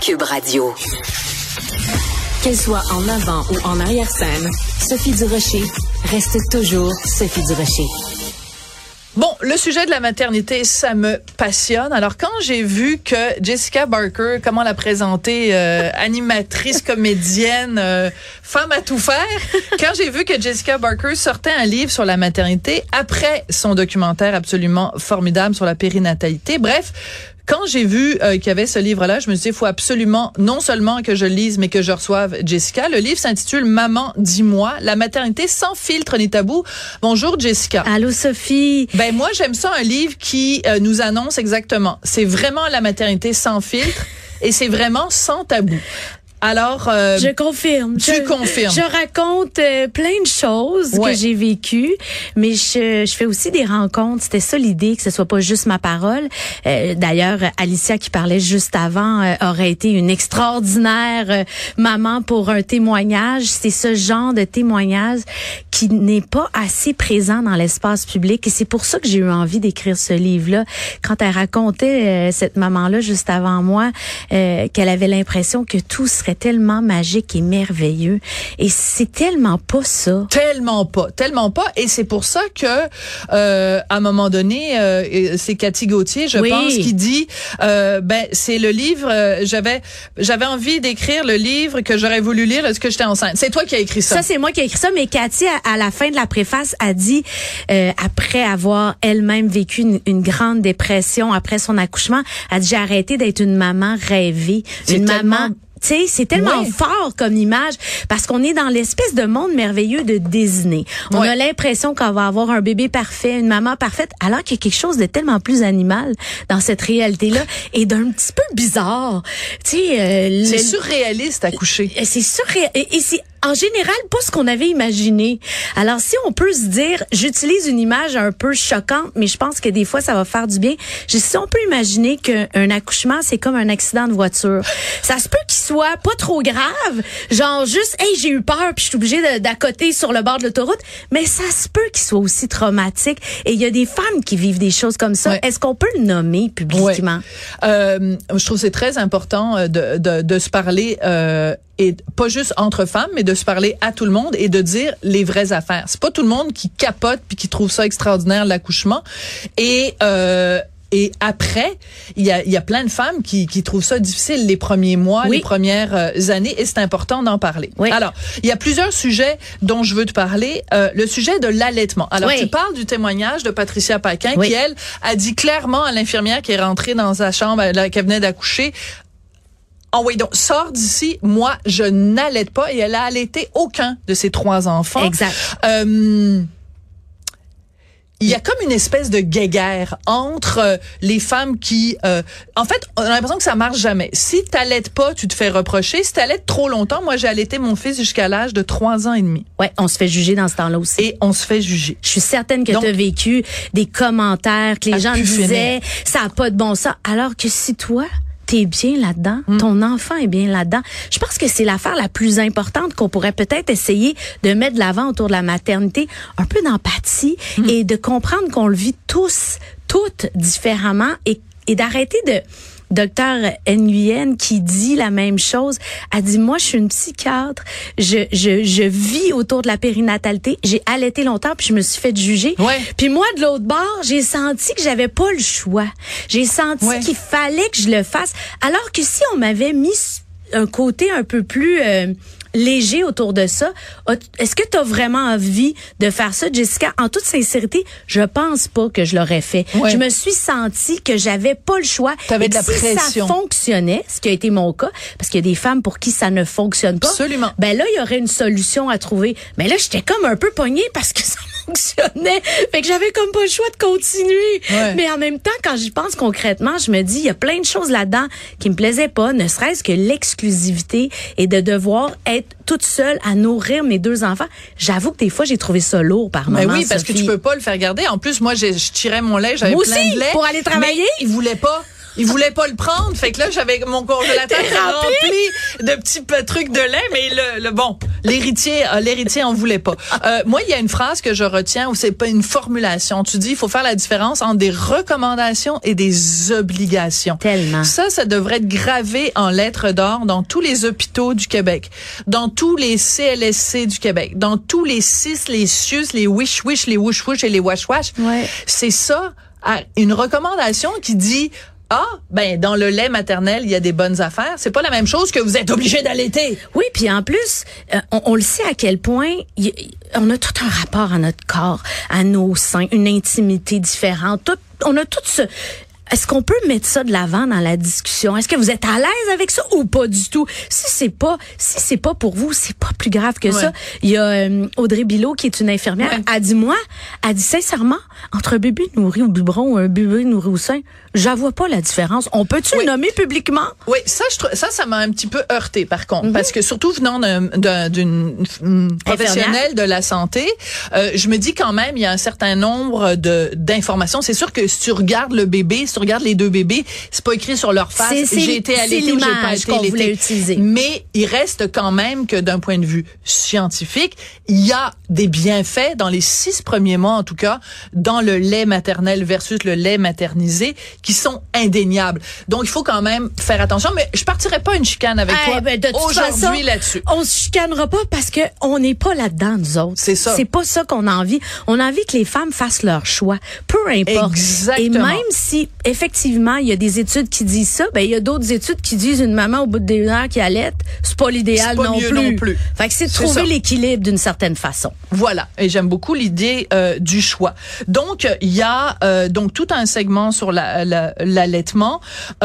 Cube Radio. Qu'elle soit en avant ou en arrière-scène, Sophie Durocher reste toujours Sophie Durocher. Bon, le sujet de la maternité, ça me passionne. Alors, quand j'ai vu que Jessica Barker, comment la présenter, animatrice, comédienne, femme à tout faire, quand j'ai vu que Jessica Barker sortait un livre sur la maternité après son documentaire absolument formidable sur la périnatalité, bref, quand j'ai vu qu'il y avait ce livre-là, je me suis dit, il faut absolument, non seulement que je le lise, mais que je reçoive Jessica. Le livre s'intitule « Maman, dis-moi, la maternité sans filtre ni tabou ». Bonjour, Jessica. Allô, Sophie. Ben, moi, j'aime ça, un livre qui nous annonce exactement. C'est vraiment la maternité sans filtre et c'est vraiment sans tabou. Alors, je confirme. Tu confirmes. Je raconte plein de choses que j'ai vécues, mais je fais aussi des rencontres. C'était ça l'idée, que ce soit pas juste ma parole. D'ailleurs, Alicia qui parlait juste avant aurait été une extraordinaire maman pour un témoignage. C'est ce genre de témoignage qui n'est pas assez présent dans l'espace public et c'est pour ça que j'ai eu envie d'écrire ce livre-là. Quand elle racontait cette maman-là juste avant moi, qu'elle avait l'impression que tout serait tellement magique et merveilleux. Et c'est tellement pas ça. Tellement pas. Et c'est pour ça que, à un moment donné, c'est Cathy Gauthier, je pense, qui dit, c'est le livre, j'avais envie d'écrire le livre que j'aurais voulu lire lorsque j'étais enceinte. C'est toi qui as écrit ça. Ça, c'est moi qui ai écrit ça, mais Cathy, à la fin de la préface, a dit, après avoir elle-même vécu une grande dépression après son accouchement, a dit, j'ai arrêté d'être une maman rêvée. Une maman... Tu sais, c'est tellement fort comme image parce qu'on est dans l'espèce de monde merveilleux de Disney. On a l'impression qu'on va avoir un bébé parfait, une maman parfaite, alors qu'il y a quelque chose de tellement plus animal dans cette réalité-là et d'un petit peu bizarre. Tu sais, c'est surréaliste à coucher. C'est surréaliste et c'est en général pas ce qu'on avait imaginé. Alors si on peut se dire, j'utilise une image un peu choquante, mais je pense que des fois ça va faire du bien. Si on peut imaginer qu'un accouchement c'est comme un accident de voiture, ça se peut qu'il soit pas trop grave, genre juste hey j'ai eu peur puis je suis obligée d'accoter sur le bord de l'autoroute, mais ça se peut qu'il soit aussi traumatique. Et il y a des femmes qui vivent des choses comme ça. Est-ce qu'on peut le nommer publiquement? Je trouve que c'est très important de se parler. Et pas juste entre femmes, mais de se parler à tout le monde et de dire les vraies affaires. C'est pas tout le monde qui capote puis qui trouve ça extraordinaire l'accouchement. Et après, il y a plein de femmes qui trouvent ça difficile les premiers mois, les premières années, et c'est important d'en parler. Alors, il y a plusieurs sujets dont je veux te parler. Le sujet de l'allaitement. Alors, tu parles du témoignage de Patricia Paquin qui, elle, a dit clairement à l'infirmière qui est rentrée dans sa chambre, qu'elle venait d'accoucher, donc, sors d'ici. Moi, je n'allaite pas. Et elle a allaité aucun de ses 3 enfants. Exact. Il y a comme une espèce de guéguerre entre les femmes qui... en fait, on a l'impression que ça marche jamais. Si t'allaites pas, tu te fais reprocher. Si t'allaites trop longtemps, moi, j'ai allaité mon fils jusqu'à l'âge de 3 ans et demi. Ouais, on se fait juger dans ce temps-là aussi. Et on se fait juger. Je suis certaine que tu as vécu des commentaires que les gens disaient, ça a pas de bon sens. Alors que si toi... t'es bien là-dedans, ton enfant est bien là-dedans. Je pense que c'est l'affaire la plus importante qu'on pourrait peut-être essayer de mettre de l'avant autour de la maternité, un peu d'empathie et de comprendre qu'on le vit tous, toutes différemment et d'arrêter de... Docteur Nguyen qui dit la même chose, a dit moi je suis une psychiatre, je vis autour de la périnatalité, j'ai allaité longtemps puis je me suis fait juger. Puis moi de l'autre bord, j'ai senti que j'avais pas le choix. J'ai senti qu'il fallait que je le fasse alors que si on m'avait mis un côté un peu plus léger autour de ça. Est-ce que tu as vraiment envie de faire ça, Jessica? En toute sincérité, je pense pas que je l'aurais fait. Je me suis sentie que j'avais pas le choix. T'avais de la pression. Si ça fonctionnait, ce qui a été mon cas, parce qu'il y a des femmes pour qui ça ne fonctionne pas. Absolument. Ben là, il y aurait une solution à trouver. Mais là, j'étais comme un peu pognée parce que ça fonctionnait. Fait que j'avais comme pas le choix de continuer. Mais en même temps, quand j'y pense concrètement, je me dis, il y a plein de choses là-dedans qui me plaisaient pas, ne serait-ce que l'exclusivité et de devoir être toute seule à nourrir mes 2 enfants. J'avoue que des fois, j'ai trouvé ça lourd par moments. Mais oui, parce que tu peux pas le faire garder. En plus, moi, je tirais mon lait, j'avais plein de lait. Pour aller travailler. Mais il voulait pas. Il voulait pas le prendre, fait que là j'avais mon congélateur rempli de petits trucs de lait, mais l'héritier en voulait pas. Moi, il y a une phrase que je retiens où c'est pas une formulation. Tu dis il faut faire la différence entre des recommandations et des obligations. Tellement. Ça devrait être gravé en lettres d'or dans tous les hôpitaux du Québec, dans tous les CLSC du Québec, dans tous les CIS, les CIUS, les wish-wish, les wouch-wouch et les wash-wash. Ouais. C'est ça, une recommandation qui dit dans le lait maternel, il y a des bonnes affaires. C'est pas la même chose que vous êtes obligé d'allaiter. Oui, puis en plus, on le sait à quel point on a tout un rapport à notre corps, à nos seins, une intimité différente. On a tout ce... Est-ce qu'on peut mettre ça de l'avant dans la discussion? Est-ce que vous êtes à l'aise avec ça ou pas du tout? Si c'est pas pour vous, c'est pas plus grave que ça. Il y a Audrey Bilot qui est une infirmière. Elle dit sincèrement, entre un bébé nourri au biberon ou un bébé nourri au sein, j'avoue pas la différence. On peut-tu le nommer publiquement? Oui, ça m'a un petit peu heurté par contre, parce que surtout venant d'une professionnelle de la santé, je me dis quand même il y a un certain nombre d'informations. C'est sûr que si tu regardes le bébé, si tu regardes les deux bébés, c'est pas écrit sur leur face j'ai été allaité ou j'ai pas été allaité. Mais il reste quand même que d'un point de vue scientifique, il y a des bienfaits dans les 6 premiers mois en tout cas dans le lait maternel versus le lait maternisé qui sont indéniables. Donc il faut quand même faire attention, mais je partirai pas une chicane avec toi aujourd'hui là-dessus. On se chicanera pas parce que on n'est pas là-dedans nous autres. C'est ça. C'est pas ça qu'on a envie. On a envie que les femmes fassent leur choix, peu importe. Exactement. Et même si effectivement il y a des études qui disent ça, il y a d'autres études qui disent une maman au bout de 2 heures qui allaite, c'est pas l'idéal non plus. Fait que c'est de trouver l'équilibre d'une certaine façon. Voilà, et j'aime beaucoup l'idée du choix. Donc il y a donc tout un segment sur l'allaitement.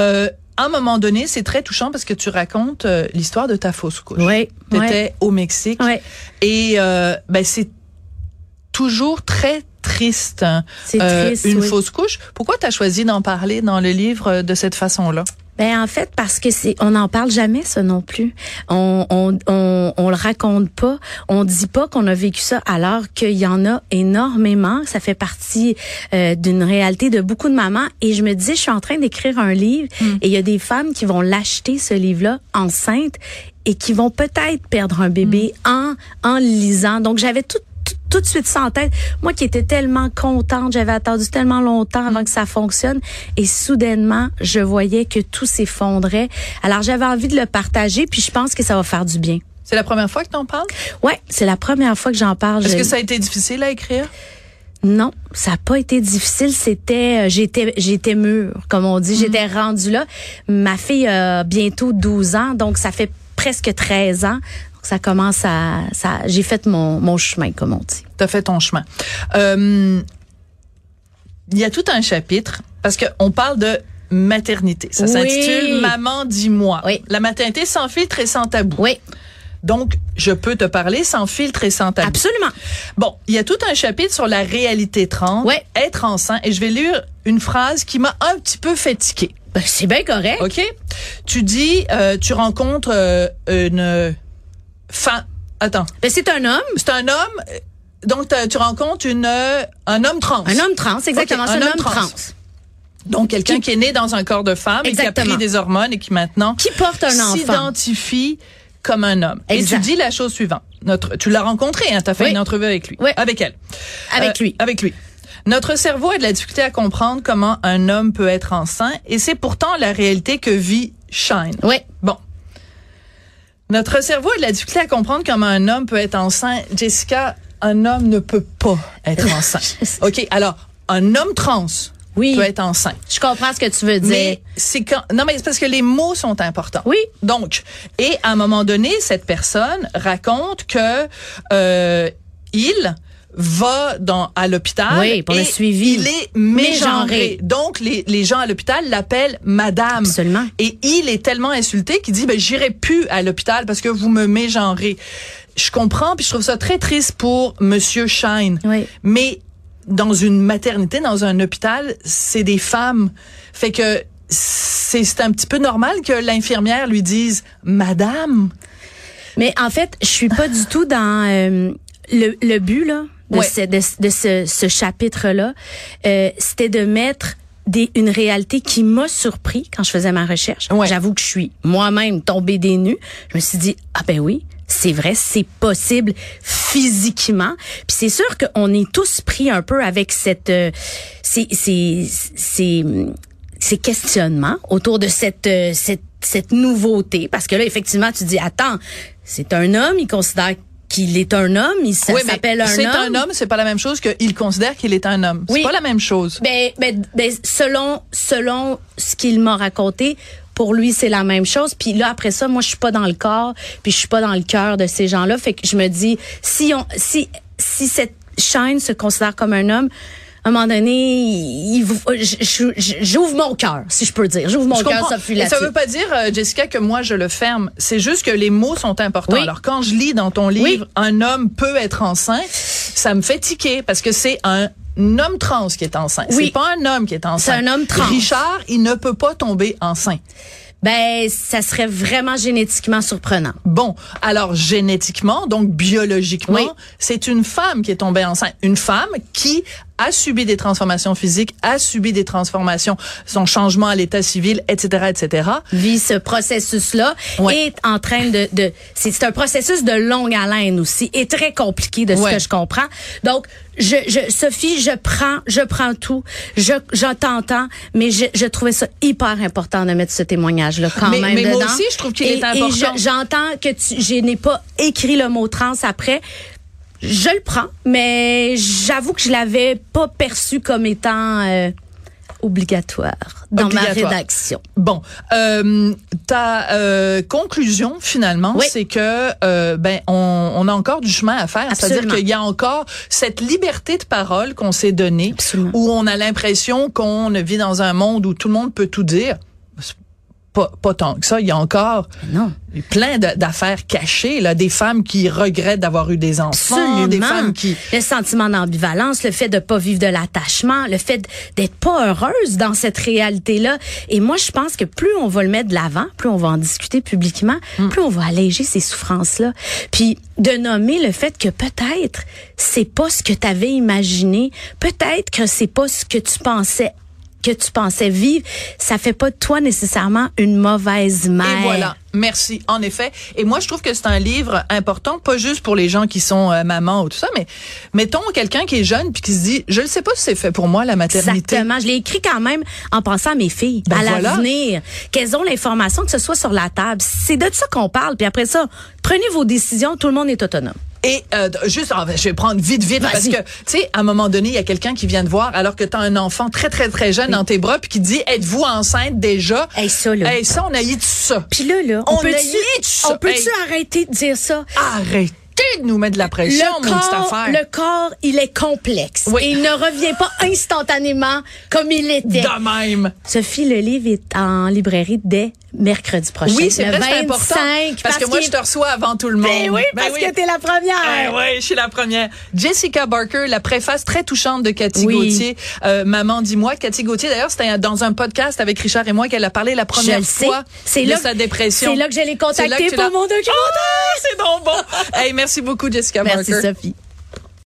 À un moment donné, c'est très touchant parce que tu racontes l'histoire de ta fausse couche. Oui. T'étais au Mexique. Oui. Et c'est toujours très triste. C'est triste, une fausse couche. Pourquoi tu as choisi d'en parler dans le livre de cette façon-là? En fait, parce que on n'en parle jamais, ça non plus. On le raconte pas. On dit pas qu'on a vécu ça alors qu'il y en a énormément. Ça fait partie d'une réalité de beaucoup de mamans. Et je me disais, je suis en train d'écrire un livre et il y a des femmes qui vont l'acheter, ce livre-là, enceintes et qui vont peut-être perdre un bébé en le lisant. Donc, j'avais tout de suite ça en tête. Moi qui étais tellement contente, j'avais attendu tellement longtemps avant que ça fonctionne et soudainement, je voyais que tout s'effondrait. Alors j'avais envie de le partager puis je pense que ça va faire du bien. C'est la première fois que tu en parles? Ouais, c'est la première fois que j'en parle. Est-ce que ça a été difficile à écrire? Non, ça n'a pas été difficile. C'était, j'étais mûre, comme on dit. J'étais rendue là. Ma fille a bientôt 12 ans, donc ça fait presque 13 ans. Ça commence j'ai fait mon chemin, comme on dit. T'as fait ton chemin. Il y a tout un chapitre, parce qu'on parle de maternité. Ça s'intitule « Maman, dis-moi ». Oui. La maternité sans filtre et sans tabou. Oui. Donc, je peux te parler sans filtre et sans tabou. Absolument. Bon, il y a tout un chapitre sur la réalité trans, être enceinte, et je vais lire une phrase qui m'a un petit peu fait tiquer. C'est bien correct. OK? Tu dis, tu rencontres une... Attends. C'est un homme. C'est un homme. Donc, tu rencontres un homme trans. Un homme trans, exactement. Okay, c'est un homme trans. Donc, quelqu'un qui est né dans un corps de femme et qui a pris des hormones et qui maintenant... Qui porte un enfant. S'identifie comme un homme. Exact. Et tu dis la chose suivante. Tu l'as rencontré, hein? Tu as fait une entrevue avec lui. Oui. Avec elle. Avec lui. Avec lui. Notre cerveau a de la difficulté à comprendre comment un homme peut être enceint et c'est pourtant la réalité que vit Shine. Oui. Bon. Notre cerveau a de la difficulté à comprendre comment un homme peut être enceint. Jessica, un homme ne peut pas être enceint. OK, alors, un homme trans peut être enceint. Je comprends ce que tu veux dire. Mais c'est mais c'est parce que les mots sont importants. Oui. Donc, et à un moment donné, cette personne raconte que il va à l'hôpital pour le suivi. Il est mégenré. Donc les gens à l'hôpital l'appellent madame. Absolument. Et il est tellement insulté qu'il dit j'irai plus à l'hôpital parce que vous me mégenrez. Je comprends puis je trouve ça très triste pour monsieur Shine. Oui. Mais dans une maternité, dans un hôpital, c'est des femmes. Fait que c'est un petit peu normal que l'infirmière lui dise madame. Mais en fait, je suis pas du tout dans le but là de ce chapitre-là, c'était de mettre une réalité qui m'a surpris quand je faisais ma recherche. Ouais. J'avoue que je suis moi-même tombée des nues. Je me suis dit, ah ben oui, c'est vrai, c'est possible physiquement. Puis c'est sûr qu'on est tous pris un peu avec ces questionnements autour de cette nouveauté. Parce que là, effectivement, tu dis, attends, c'est un homme, il considère qu'il est un homme, s'appelle un homme. C'est un homme, c'est pas la même chose qu'il considère qu'il est un homme. Oui. C'est pas la même chose. Ben, selon ce qu'il m'a raconté, pour lui, c'est la même chose. Puis là, après ça, moi, je suis pas dans le corps, puis je suis pas dans le cœur de ces gens-là. Fait que je me dis, si cette chaîne se considère comme un homme, à un moment donné, j'ouvre mon cœur, si je peux dire. J'ouvre mon cœur, Sophie, là-dessus. Ça veut pas dire, Jessica, que moi, je le ferme. C'est juste que les mots sont importants. Oui. Alors, quand je lis dans ton livre, un homme peut être enceinte, ça me fait tiquer parce que c'est un homme trans qui est enceinte. Oui. C'est pas un homme qui est enceinte. C'est un homme trans. Richard, il ne peut pas tomber enceinte. Ben, ça serait vraiment génétiquement surprenant. Bon, alors génétiquement, donc biologiquement, Oui. c'est une femme qui est tombée enceinte. Une femme qui a subi des transformations physiques, a subi des transformations, son changement à l'état civil, etc., etc. Vit ce processus-là, Ouais. est en train c'est un processus de longue haleine aussi, et très compliqué de ce Ouais. que je comprends. Donc, Sophie, je prends tout, je t'entends, mais je trouvais ça hyper important de mettre ce témoignage-là quand même mais dedans. moi aussi, je trouve qu'il est important. Et j'entends que je n'ai pas écrit le mot trans après. Je le prends, mais j'avoue que je l'avais pas perçu comme étant obligatoire dans ma rédaction. Bon, ta conclusion finalement, Oui. c'est que on a encore du chemin à faire. Absolument. C'est-à-dire qu'il y a encore cette liberté de parole qu'on s'est donnée, Absolument. où on a l'impression qu'on vit dans un monde où tout le monde peut tout dire. Pas tant que ça. Il y a encore Non. plein d'affaires cachées, là, des femmes qui regrettent d'avoir eu des enfants, Absolument. des femmes qui... Le sentiment d'ambivalence, le fait de pas vivre de l'attachement, le fait d'être pas heureuse dans cette réalité-là. Et moi, je pense que plus on va le mettre de l'avant, plus on va en discuter publiquement, plus on va alléger ces souffrances-là. Puis de nommer le fait que peut-être c'est pas ce que tu avais imaginé, peut-être que c'est pas ce que tu pensais vivre, ça fait pas de toi nécessairement une mauvaise mère. Et voilà. Merci, en effet. Et moi, je trouve que c'est un livre important, pas juste pour les gens qui sont mamans ou tout ça, mais mettons quelqu'un qui est jeune puis qui se dit, je ne sais pas si c'est fait pour moi, la maternité. Exactement. Je l'ai écrit quand même en pensant à mes filles, Ben à voilà. l'avenir, qu'elles ont l'information, que ce soit sur la table. C'est de ça qu'on parle. Puis après ça, prenez vos décisions, tout le monde est autonome. Et juste, je vais prendre vite, parce Vas-y. que, tu sais, à un moment donné, il y a quelqu'un qui vient te voir alors que tu as un enfant très, très, très jeune dans tes bras puis qui dit, êtes-vous enceinte déjà? Hey, ça, là. Hey, ça, on a eu de ça. Puis là, On on peut-tu haït ça. Hey. arrêter de dire ça? Arrêtez de nous mettre de la pression, mon petite affaire. Le corps, il est complexe. Oui. Et il ne revient pas instantanément comme il était. De même. Sophie, le livre est en librairie dès mercredi prochain. Oui, c'est le vrai, c'est 25, important. Parce que moi, je te reçois avant tout le monde. Ben oui, parce que t'es la première. Oui, je suis la première. Jessica Barker, la préface très touchante de Cathy Oui. Gauthier. Maman, dis-moi. Cathy Gauthier, d'ailleurs, c'était dans un podcast avec Richard et moi qu'elle a parlé la première fois de sa dépression. C'est là que je l'ai C'est là contactée que tu pour l'as- mon documentaire. Ah, c'est donc bon. Hey, merci beaucoup, Jessica Merci, Barker. Sophie.